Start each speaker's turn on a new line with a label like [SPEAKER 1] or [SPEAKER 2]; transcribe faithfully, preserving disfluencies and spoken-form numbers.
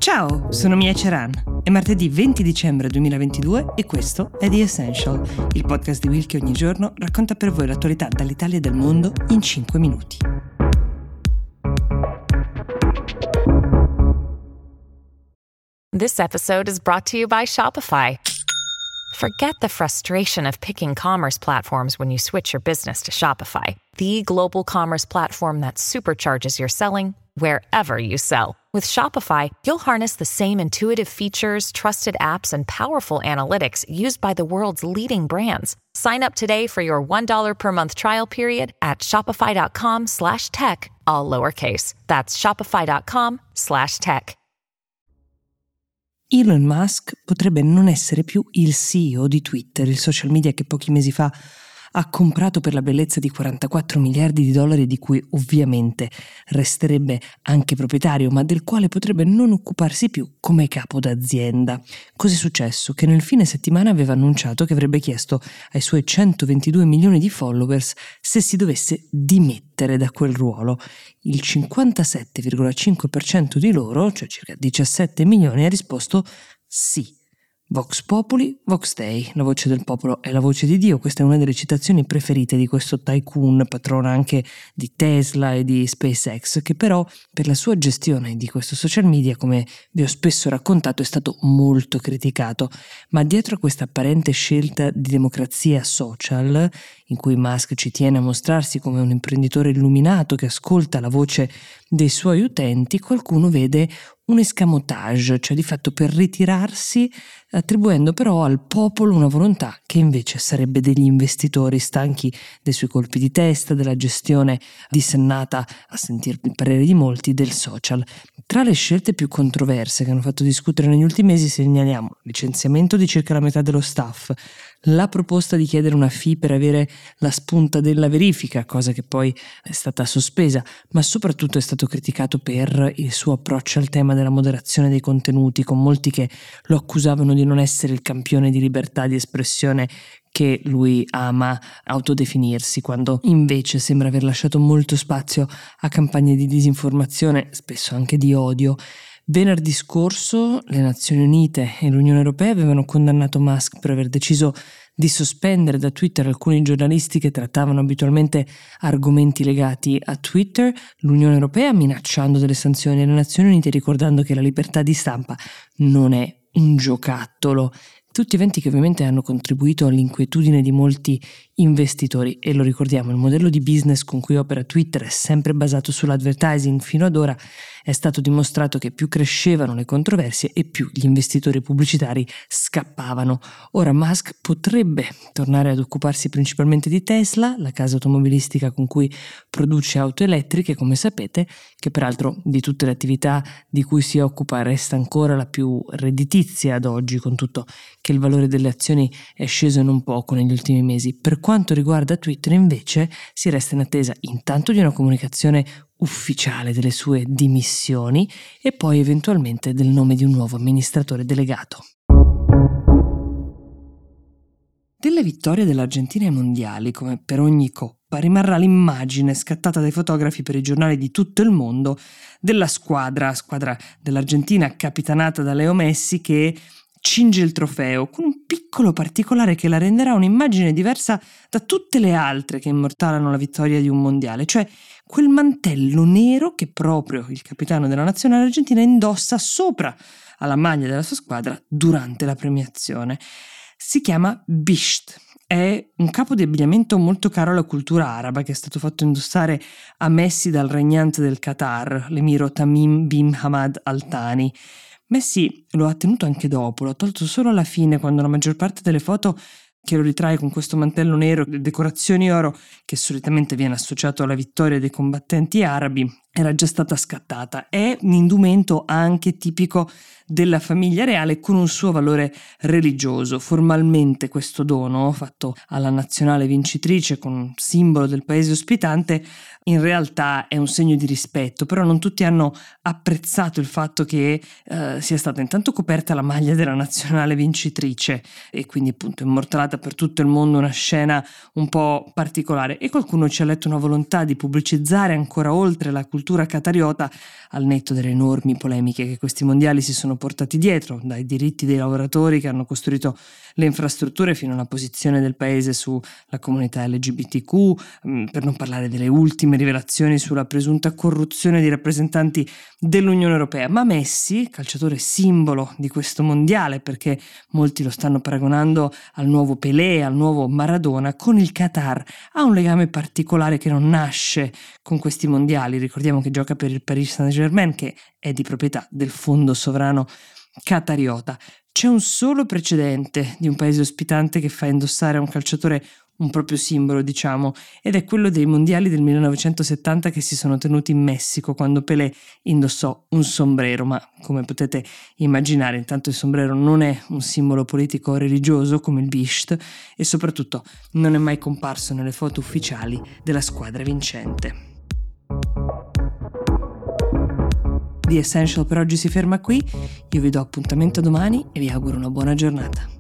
[SPEAKER 1] Ciao, sono Mia Ceran. È martedì venti dicembre duemilaventidue e questo è The Essential, il podcast di Will che ogni giorno racconta per voi l'attualità dall'Italia e dal mondo in cinque minuti.
[SPEAKER 2] This episode is brought to you by Shopify. Forget the frustration of picking commerce platforms when you switch your business to Shopify, the global commerce platform that supercharges your selling wherever you sell. With Shopify, you'll harness the same intuitive features, trusted apps, and powerful analytics used by the world's leading brands. Sign up today for your one dollar per month trial period at shopify.com slash tech, all lowercase. That's shopify.com slash tech.
[SPEAKER 1] Elon Musk potrebbe non essere più il C E O di Twitter, il social media che pochi mesi fa ha comprato per la bellezza di quarantaquattro miliardi di dollari, di cui ovviamente resterebbe anche proprietario, ma del quale potrebbe non occuparsi più come capo d'azienda. Cos'è successo? Che nel fine settimana aveva annunciato che avrebbe chiesto ai suoi centoventidue milioni di followers se si dovesse dimettere da quel ruolo. Il cinquantasette virgola cinque per cento di loro, cioè circa diciassette milioni, ha risposto sì. Vox Populi, Vox Dei, la voce del popolo è la voce di Dio. Questa è una delle citazioni preferite di questo tycoon, patrona anche di Tesla e di SpaceX, che però per la sua gestione di questo social media, come vi ho spesso raccontato, è stato molto criticato. Ma dietro a questa apparente scelta di democrazia social, in cui Musk ci tiene a mostrarsi come un imprenditore illuminato che ascolta la voce dei suoi utenti, qualcuno vede un escamotage, cioè di fatto per ritirarsi, attribuendo però al popolo una volontà che invece sarebbe degli investitori stanchi dei suoi colpi di testa, della gestione dissennata, a sentire il parere di molti, del social. Tra le scelte più controverse che hanno fatto discutere negli ultimi mesi segnaliamo il licenziamento di circa la metà dello staff, la proposta di chiedere una fee per avere la spunta della verifica, cosa che poi è stata sospesa, ma soprattutto è stato criticato per il suo approccio al tema della moderazione dei contenuti, con molti che lo accusavano di non essere il campione di libertà di espressione che lui ama autodefinirsi, quando invece sembra aver lasciato molto spazio a campagne di disinformazione, spesso anche di odio. Venerdì scorso le Nazioni Unite e l'Unione Europea avevano condannato Musk per aver deciso di sospendere da Twitter alcuni giornalisti che trattavano abitualmente argomenti legati a Twitter, l'Unione Europea minacciando delle sanzioni alle Nazioni Unite, ricordando che la libertà di stampa non è un giocattolo. Tutti eventi che ovviamente hanno contribuito all'inquietudine di molti investitori, e lo ricordiamo, il modello di business con cui opera Twitter è sempre basato sull'advertising. Fino ad ora è stato dimostrato che più crescevano le controversie e più gli investitori pubblicitari scappavano. Ora Musk potrebbe tornare ad occuparsi principalmente di Tesla, la casa automobilistica con cui produce auto elettriche, come sapete, che peraltro di tutte le attività di cui si occupa resta ancora la più redditizia ad oggi, con tutto che il valore delle azioni è sceso non poco negli ultimi mesi. Per quanto riguarda Twitter, invece, si resta in attesa intanto di una comunicazione ufficiale delle sue dimissioni e poi eventualmente del nome di un nuovo amministratore delegato. Della vittoria dell'Argentina ai mondiali, come per ogni coppa, rimarrà l'immagine scattata dai fotografi per i giornali di tutto il mondo della squadra, squadra dell'Argentina capitanata da Leo Messi, che cinge il trofeo con un piccolo particolare che la renderà un'immagine diversa da tutte le altre che immortalano la vittoria di un mondiale, cioè quel mantello nero che proprio il capitano della nazionale argentina indossa sopra alla maglia della sua squadra durante la premiazione. Si chiama Bisht. È un capo di abbigliamento molto caro alla cultura araba, che è stato fatto indossare a Messi dal regnante del Qatar, l'emiro Tamim bin Hamad Al Thani. Messi lo ha tenuto anche dopo, lo ha tolto solo alla fine, quando la maggior parte delle foto che lo ritrae con questo mantello nero, le decorazioni oro, che solitamente viene associato alla vittoria dei combattenti arabi, era già stata scattata. È un indumento anche tipico della famiglia reale, con un suo valore religioso. Formalmente questo dono, fatto alla nazionale vincitrice con un simbolo del paese ospitante, in realtà è un segno di rispetto, però non tutti hanno apprezzato il fatto che eh, sia stata intanto coperta la maglia della nazionale vincitrice e quindi appunto immortalata per tutto il mondo, una scena un po' particolare, e qualcuno ci ha letto una volontà di pubblicizzare ancora oltre la cultura cultura qatariota, al netto delle enormi polemiche che questi mondiali si sono portati dietro, dai diritti dei lavoratori che hanno costruito le infrastrutture fino alla posizione del paese sulla comunità L G B T Q, per non parlare delle ultime rivelazioni sulla presunta corruzione di rappresentanti dell'Unione Europea. Ma Messi, calciatore simbolo di questo mondiale, perché molti lo stanno paragonando al nuovo Pelé, al nuovo Maradona, con il Qatar ha un legame particolare che non nasce con questi mondiali. Ricordiamo che gioca per il Paris Saint-Germain, che è di proprietà del fondo sovrano qatariota. C'è un solo precedente di un paese ospitante che fa indossare a un calciatore un proprio simbolo, diciamo, ed è quello dei mondiali del millenovecentosettanta che si sono tenuti in Messico, quando Pelé indossò un sombrero. Ma come potete immaginare, intanto il sombrero non è un simbolo politico o religioso come il Bisht, e soprattutto non è mai comparso nelle foto ufficiali della squadra vincente. The Essential per oggi si ferma qui, io vi do appuntamento domani e vi auguro una buona giornata.